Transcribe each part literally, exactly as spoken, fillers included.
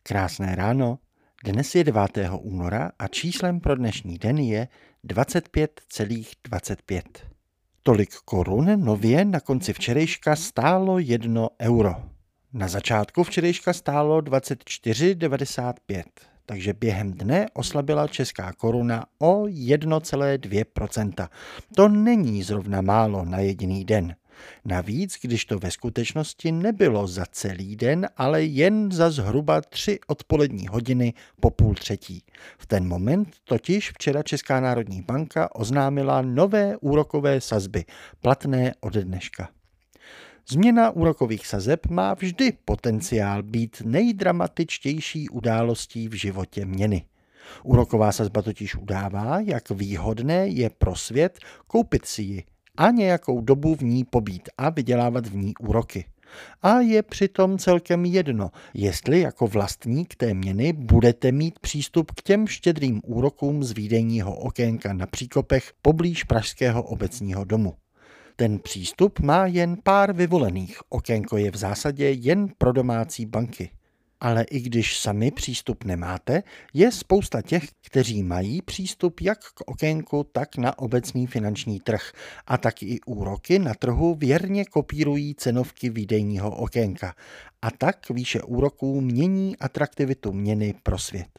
Krásné ráno. Dnes je devátého února a číslem pro dnešní den je dvacet pět celá dvacet pět. Tolik korun nově na konci včerejška stálo jedno euro. Na začátku včerejška stálo dvacet čtyři devadesát pět, takže během dne oslabila česká koruna o jedna celá dvě procenta. To není zrovna málo na jediný den. Navíc, když to ve skutečnosti nebylo za celý den, ale jen za zhruba tři odpolední hodiny po půl třetí. V ten moment totiž včera Česká národní banka oznámila nové úrokové sazby, platné od dneška. Změna úrokových sazeb má vždy potenciál být nejdramatičtější událostí v životě měny. Úroková sazba totiž udává, jak výhodné je pro svět koupit si ji a nějakou dobu v ní pobít a vydělávat v ní úroky. A je přitom celkem jedno, jestli jako vlastník té měny budete mít přístup k těm štědrým úrokům z výdejního okénka na Příkopech poblíž Pražského obecního domu. Ten přístup má jen pár vyvolených, okénko je v zásadě jen pro domácí banky. Ale i když sami přístup nemáte, je spousta těch, kteří mají přístup jak k okénku, tak na obecný finanční trh a tak i úroky na trhu věrně kopírují cenovky výdejního okénka a tak výše úroků mění atraktivitu měny pro svět.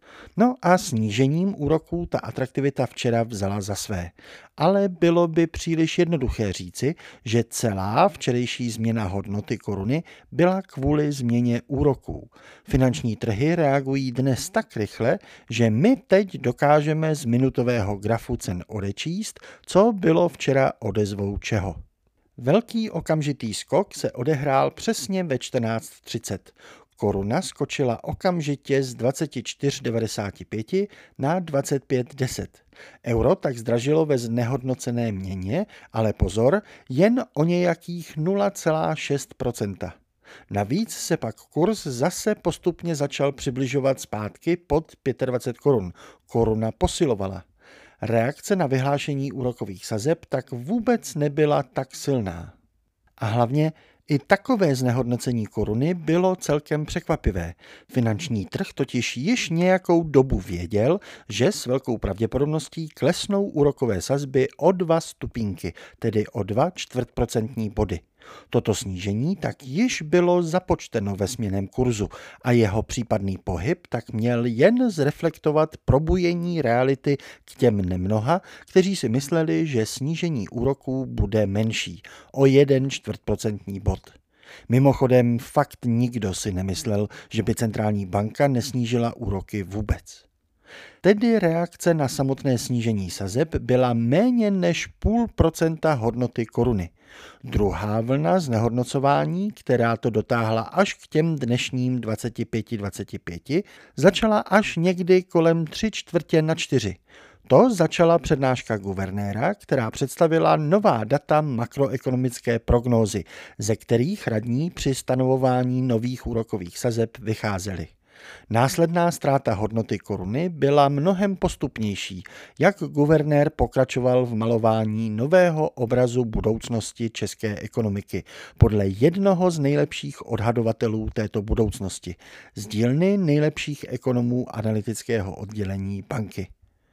No a snížením úroků ta atraktivita včera vzala za své. Ale bylo by příliš jednoduché říci, že celá včerejší změna hodnoty koruny byla kvůli změně úroků. Finanční trhy reagují dnes tak rychle, že my teď dokážeme z minutového grafu cen odečíst, co bylo včera odezvou čeho. Velký okamžitý skok se odehrál přesně ve čtrnáct třicet. Koruna skočila okamžitě z dvacet čtyři devadesát pět na dvacet pět deset. Euro tak zdražilo ve znehodnocené měně, ale pozor, jen o nějakých nula celá šest procenta. Navíc se pak kurz zase postupně začal přibližovat zpátky pod dvacet pět korun. Koruna posilovala. Reakce na vyhlášení úrokových sazeb tak vůbec nebyla tak silná. A hlavně i takové znehodnocení koruny bylo celkem překvapivé. Finanční trh totiž již nějakou dobu věděl, že s velkou pravděpodobností klesnou úrokové sazby o dva stupínky, tedy o dva čtvrtprocentní body. Toto snížení tak již bylo započteno ve směnném kurzu a jeho případný pohyb tak měl jen zreflektovat probujení reality k těm nemnoha, kteří si mysleli, že snížení úroků bude menší, o jeden čtvrtprocentní bod. Mimochodem fakt nikdo si nemyslel, že by centrální banka nesnížila úroky vůbec. Tedy reakce na samotné snížení sazeb byla méně než půl procenta hodnoty koruny. Druhá vlna znehodnocování, která to dotáhla až k těm dnešním dvacet pět dvacet pět, začala až někdy kolem tři čtvrtě na čtyři. To začala přednáška guvernéra, která představila nová data makroekonomické prognózy, ze kterých radní při stanovování nových úrokových sazeb vycházeli. Následná ztráta hodnoty koruny byla mnohem postupnější, jak guvernér pokračoval v malování nového obrazu budoucnosti české ekonomiky podle jednoho z nejlepších odhadovatelů této budoucnosti, z dílny nejlepších ekonomů analytického oddělení banky.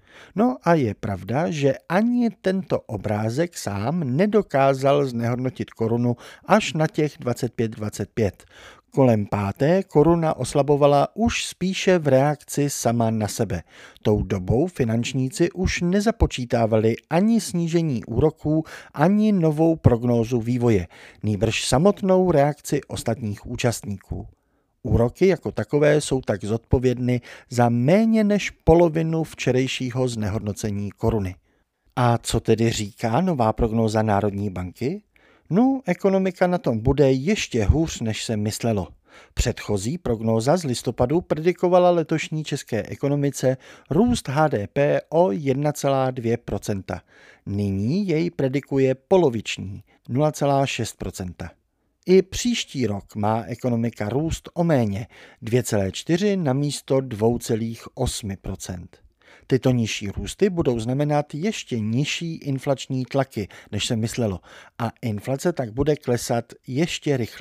No a je pravda, že ani tento obrázek sám nedokázal znehodnotit korunu až na těch dvacet pět dvacet pět. Kolem páté koruna oslabovala už spíše v reakci sama na sebe. Tou dobou finančníci už nezapočítávali ani snížení úroků, ani novou prognózu vývoje, nýbrž samotnou reakci ostatních účastníků. Úroky jako takové jsou tak zodpovědny za méně než polovinu včerejšího znehodnocení koruny. A co tedy říká nová prognóza Národní banky? No, ekonomika na tom bude ještě hůř, než se myslelo. Předchozí prognóza z listopadu predikovala letošní české ekonomice růst H D P o jedna celá dvě procenta. Nyní jej predikuje poloviční, nula celá šest procenta. I příští rok má ekonomika růst o méně, dvě celá čtyři namísto dvě celá osm procenta. Tyto nižší růsty budou znamenat ještě nižší inflační tlaky, než se myslelo, a inflace tak bude klesat ještě rychleji.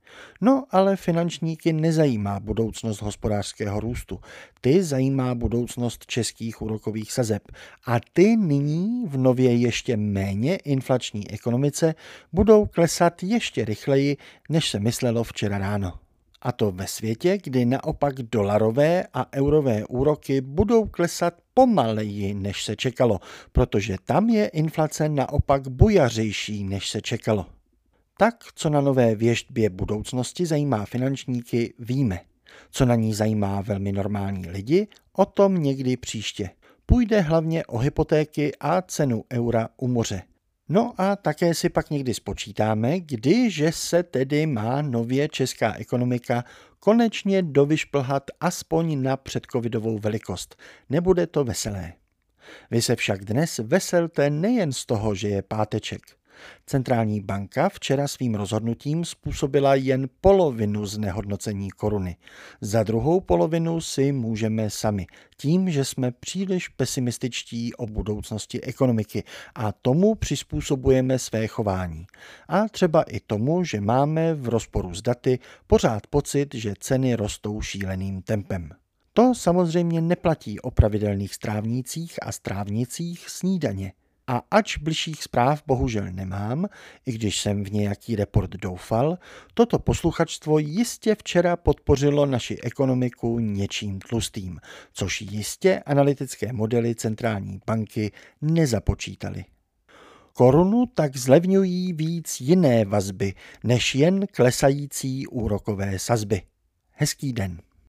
No ale finančníky nezajímá budoucnost hospodářského růstu. Ty zajímá budoucnost českých úrokových sazeb. A ty nyní v nově ještě méně inflační ekonomice budou klesat ještě rychleji, než se myslelo včera ráno. A to ve světě, kdy naopak dolarové a eurové úroky budou klesat pomaleji, než se čekalo, protože tam je inflace naopak bujařejší, než se čekalo. Tak, co na nové věštbě budoucnosti zajímá finančníky, víme. Co na ní zajímá velmi normální lidi, o tom někdy příště. Půjde hlavně o hypotéky a cenu eura u moře. No a také si pak někdy spočítáme, kdyže se tedy má nově česká ekonomika konečně dovyšplhat aspoň na předcovidovou velikost. Nebude to veselé. Vy se však dnes veselte nejen z toho, že je páteček. Centrální banka včera svým rozhodnutím způsobila jen polovinu znehodnocení koruny. Za druhou polovinu si můžeme sami, tím, že jsme příliš pesimističtí o budoucnosti ekonomiky a tomu přizpůsobujeme své chování. A třeba i tomu, že máme v rozporu s daty pořád pocit, že ceny rostou šíleným tempem. To samozřejmě neplatí o pravidelných strávnících a strávnicích snídaně. A ač bližších zpráv bohužel nemám, i když jsem v nějaký report doufal, toto posluchačstvo jistě včera podpořilo naši ekonomiku něčím tlustým, což jistě analytické modely centrální banky nezapočítaly. Korunu tak zlevňují víc jiné vazby, než jen klesající úrokové sazby. Hezký den.